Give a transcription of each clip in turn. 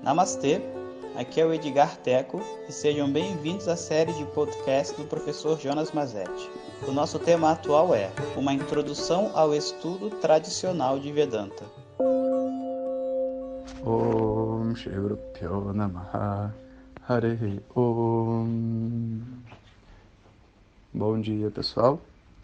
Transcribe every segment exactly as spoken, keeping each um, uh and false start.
Namastê, aqui é o Edgar Teco e sejam bem-vindos à série de podcast do professor Jonas Mazetti. O nosso tema atual é uma introdução ao estudo tradicional de Vedanta. Om Shri Guru Pyo Namaha Hare Om. Bom dia, pessoal.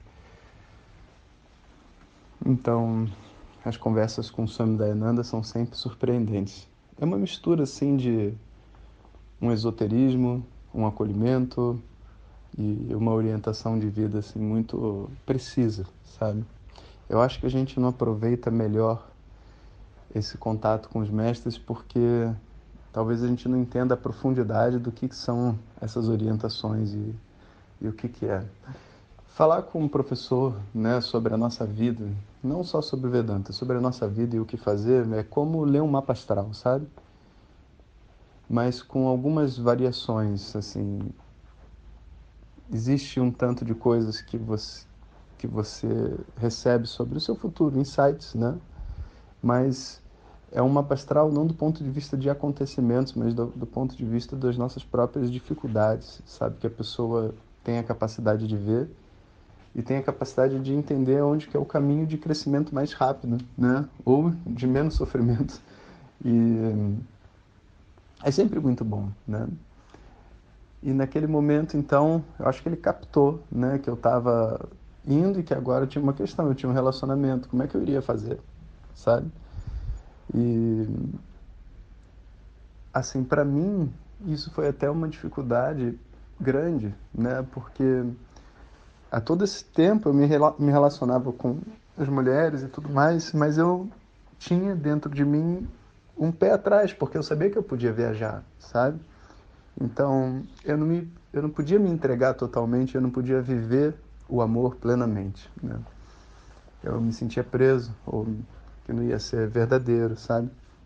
Então, as conversas com Swami Dayananda são sempre surpreendentes. É uma mistura, assim, de um esoterismo, um acolhimento e uma orientação de vida, assim, muito precisa, sabe? Eu acho que a gente não aproveita melhor esse contato com os mestres porque talvez a gente não entenda a profundidade do que são essas orientações e, e o que, que é. Falar com um professor, né, sobre a nossa vida, não só sobre Vedanta, sobre a nossa vida e o que fazer, é como ler um mapa astral, sabe? Mas com algumas variações, assim. Existe um tanto de coisas que você, que você recebe sobre o seu futuro, insights, né? Mas é um mapa astral não do ponto de vista de acontecimentos, mas do, do ponto de vista das nossas próprias dificuldades, sabe? Que a pessoa tem a capacidade de ver e tem a capacidade de entender onde que é o caminho de crescimento mais rápido, né? Ou de menos sofrimento. E é sempre muito bom, né? E naquele momento, então, eu acho que ele captou, né? Que eu estava indo e que agora eu tinha uma questão, eu tinha um relacionamento. Como é que eu iria fazer, sabe? E, assim, para mim, isso foi até uma dificuldade grande, né? Porque a todo esse tempo eu me, rela- me relacionava com as mulheres e tudo mais, mas eu tinha dentro de mim um pé atrás, porque eu sabia que eu podia viajar, sabe? Então, eu não, me, eu não podia me entregar totalmente, eu não podia viver o amor plenamente, né? Eu me sentia preso, ou que não ia ser verdadeiro, sabe?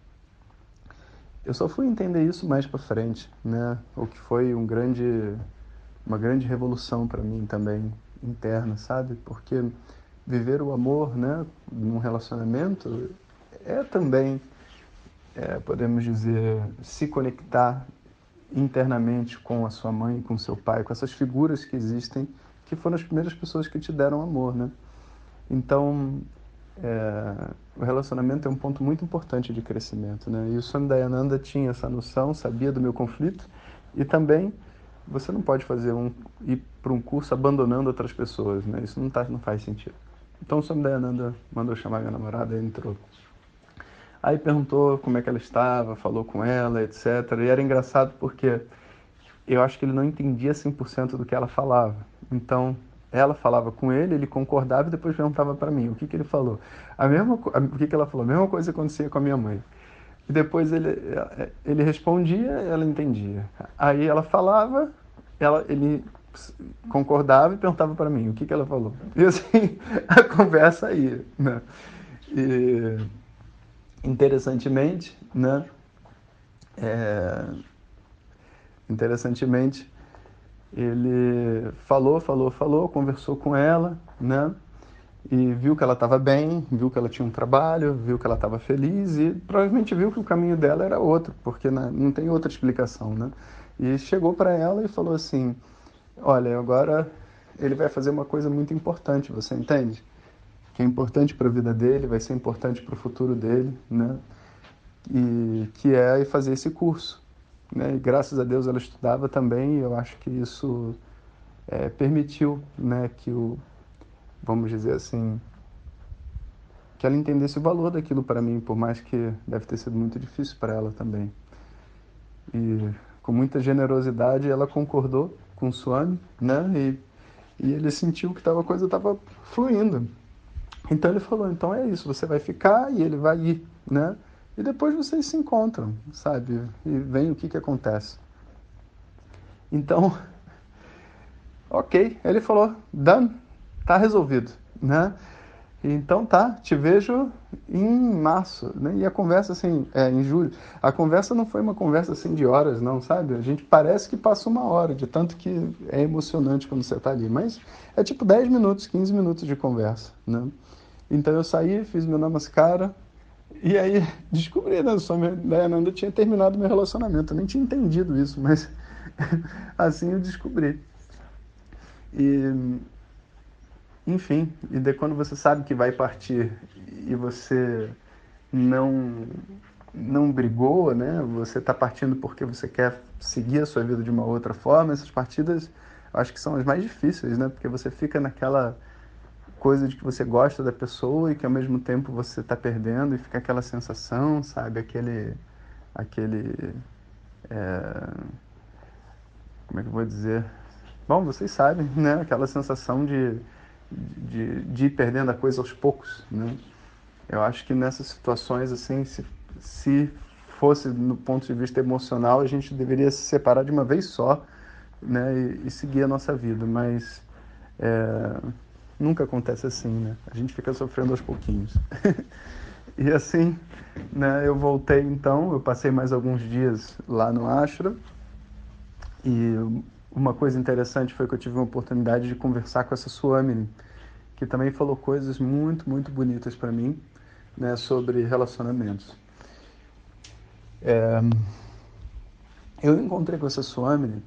Eu só fui entender isso mais pra frente, né? O que foi um grande, uma grande revolução para mim também, interna, sabe? Porque viver o amor, né, num relacionamento é também, é, podemos dizer, se conectar internamente com a sua mãe, com seu pai, com essas figuras que existem, que foram as primeiras pessoas que te deram amor, né? Então, é, o relacionamento é um ponto muito importante de crescimento, né? E o Swami Dayananda tinha essa noção, sabia do meu conflito, e também você não pode fazer um, ir para um curso abandonando outras pessoas, né? Isso não, tá, não faz sentido. Então o Swami Dayananda mandou chamar minha namorada e entrou. Aí perguntou como é que ela estava, falou com ela, etcétera. E era engraçado porque eu acho que ele não entendia cem por cento do que ela falava. Então, ela falava com ele, ele concordava e depois perguntava para mim o que, que ele falou. A mesma, o que, que ela falou? A mesma coisa acontecia com a minha mãe. E depois ele, ele respondia, ela entendia. Aí ela falava, ela, ele concordava e perguntava para mim o que, que ela falou. E assim, a conversa ia, né? E, interessantemente, né? É, interessantemente, ele falou, falou, falou, conversou com ela, né? E viu que ela estava bem, viu que ela tinha um trabalho, viu que ela estava feliz e provavelmente viu que o caminho dela era outro, porque né, não tem outra explicação, né? E chegou para ela e falou assim: olha, agora ele vai fazer uma coisa muito importante, você entende? Que é importante para a vida dele, vai ser importante para o futuro dele, né? E que é fazer esse curso, né? E graças a Deus ela estudava também, e eu acho que isso é, permitiu, né, que o, vamos dizer assim, que ela entendesse o valor daquilo para mim, por mais que deve ter sido muito difícil para ela também. E com muita generosidade ela concordou com o Swami, né? E, e ele sentiu que tava, a coisa estava fluindo. Então ele falou, então é isso, você vai ficar e ele vai ir, né? E depois vocês se encontram, sabe? E vem o que que acontece. Então, ok, ele falou, done, tá resolvido, né? Então tá, te vejo em março, né? E a conversa assim, é, em julho, a conversa não foi uma conversa assim de horas não, sabe? A gente parece que passa uma hora, de tanto que é emocionante quando você tá ali, mas é tipo dez minutos, quinze minutos de conversa, né? Então eu saí, fiz meu namaskara, E aí descobri, né? O Swami Dayananda tinha terminado meu relacionamento. Eu nem tinha entendido isso, mas assim eu descobri. E, enfim, e daí quando você sabe que vai partir e você não não brigou, né? Você está partindo porque você quer seguir a sua vida de uma outra forma. Essas partidas, eu acho que são as mais difíceis, né? Porque você fica naquela coisa de que você gosta da pessoa e que ao mesmo tempo você está perdendo e fica aquela sensação, sabe? Aquele, aquele, é... como é que eu vou dizer? Bom, vocês sabem, né? Aquela sensação de, de, de ir perdendo a coisa aos poucos, né? Eu acho que nessas situações, assim, se, se fosse no ponto de vista emocional, a gente deveria se separar de uma vez só, né? E, e seguir a nossa vida, mas é, nunca acontece assim, né? A gente fica sofrendo aos pouquinhos. E assim, né? Eu voltei então, eu passei mais alguns dias lá no ashram e uma coisa interessante foi que eu tive uma oportunidade de conversar com essa Swamini, que também falou coisas muito, muito bonitas para mim, né, sobre relacionamentos. É, eu encontrei com essa Swamini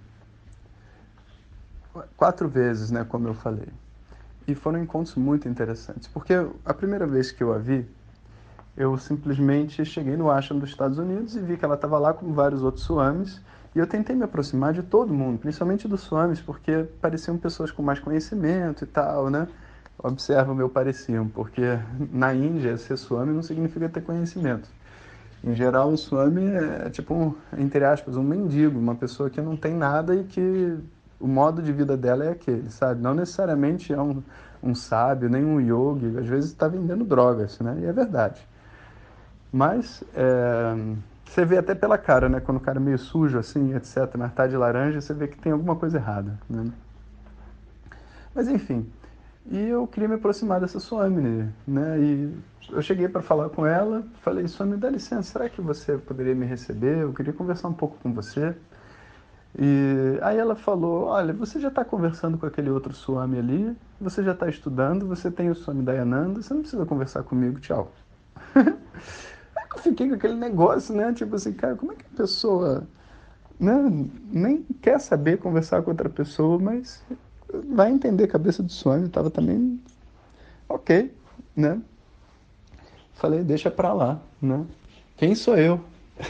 quatro vezes, né, como eu falei. E foram encontros muito interessantes, porque a primeira vez que eu a vi, eu simplesmente cheguei no ashram dos Estados Unidos e vi que ela estava lá com vários outros swamis, e eu tentei me aproximar de todo mundo, principalmente dos swamis, porque pareciam pessoas com mais conhecimento e tal, né? Observa o meu pareciam, porque na Índia ser swami não significa ter conhecimento. Em geral, o swami é tipo, um, entre aspas, um mendigo, uma pessoa que não tem nada e que o modo de vida dela é aquele, sabe? Não necessariamente é um, um sábio, nem um yogi, às vezes está vendendo drogas, né? E é verdade. Mas é, você vê até pela cara, né? Quando o cara é meio sujo, assim, etcétera, mas tá de laranja, você vê que tem alguma coisa errada, né? Mas enfim, e eu queria me aproximar dessa Swamini, né? E eu cheguei para falar com ela, falei, Swami, dá licença, será que você poderia me receber? Eu queria conversar um pouco com você. E aí ela falou, olha, você já está conversando com aquele outro Swami ali, você já está estudando, você tem o Swami Dayananda, você não precisa conversar comigo, tchau. Aí eu fiquei com aquele negócio, né? Tipo assim, cara, como é que a pessoa, né, nem quer saber conversar com outra pessoa, mas vai entender a cabeça do Swami, estava também ok, né? Falei, deixa pra lá, né? Quem sou eu?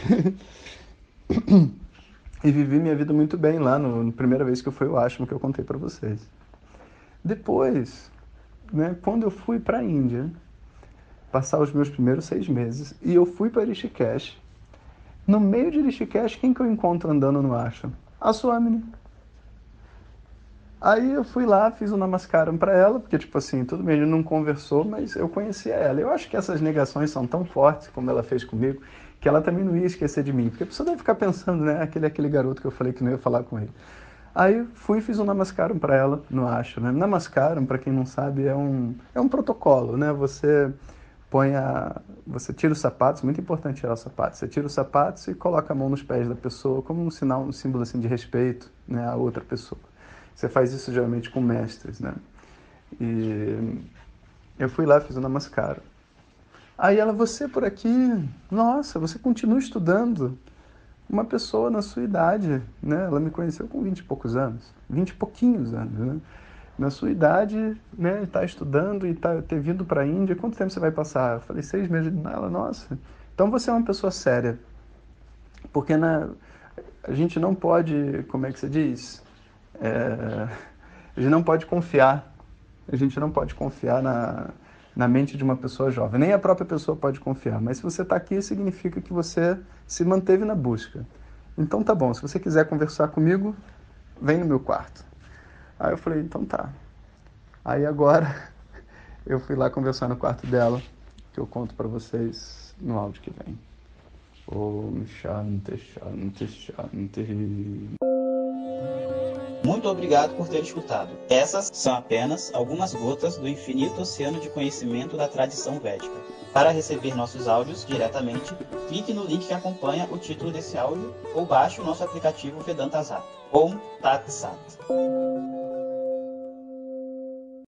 E vivi minha vida muito bem lá, no, na primeira vez que eu fui ao ashram, que eu contei pra vocês. Depois, né, quando eu fui pra Índia, passar os meus primeiros seis meses, e eu fui para Rishikesh, no meio de Rishikesh, quem que eu encontro andando no ashram? A Swamini. Aí eu fui lá, fiz um namaskaram pra ela, porque, tipo assim, tudo bem, a gente não conversou, mas eu conhecia ela. Eu acho que essas negações são tão fortes, como ela fez comigo, que ela também não ia esquecer de mim. Porque a pessoa deve ficar pensando, né, aquele aquele garoto que eu falei que não ia falar com ele. Aí fui e fiz um namaskaram pra ela no ashram, né? Namaskaram, pra quem não sabe, é um, é um protocolo, né? Você põe a... Você tira os sapatos, muito importante tirar os sapatos. Você tira os sapatos e coloca a mão nos pés da pessoa, como um sinal, um símbolo assim de respeito, né, à outra pessoa. Você faz isso geralmente com mestres, né? E eu fui lá, fiz o namaskara. Aí ela, você por aqui, nossa, você continua estudando. Uma pessoa na sua idade, né? Ela me conheceu com vinte e poucos anos, vinte e pouquinhos anos, né? Na sua idade, né? Está estudando e tá, ter vindo para a Índia. Quanto tempo você vai passar? Eu falei, seis meses. Ela, nossa, então você é uma pessoa séria. Porque na, a gente não pode, como é que você diz? É, a gente não pode confiar, a gente não pode confiar na, na mente de uma pessoa jovem, nem a própria pessoa pode confiar, mas se você está aqui, significa que você se manteve na busca. Então tá bom, se você quiser conversar comigo, vem no meu quarto. Aí eu falei, então tá. Aí agora eu fui lá conversar no quarto dela, que eu conto para vocês no áudio que vem. Om Shanti Shanti Shanti. Muito obrigado por ter escutado. Essas são apenas algumas gotas do infinito oceano de conhecimento da tradição védica. Para receber nossos áudios diretamente, clique no link que acompanha o título desse áudio ou baixe o nosso aplicativo Vedanta Zap. Om Tat Sat.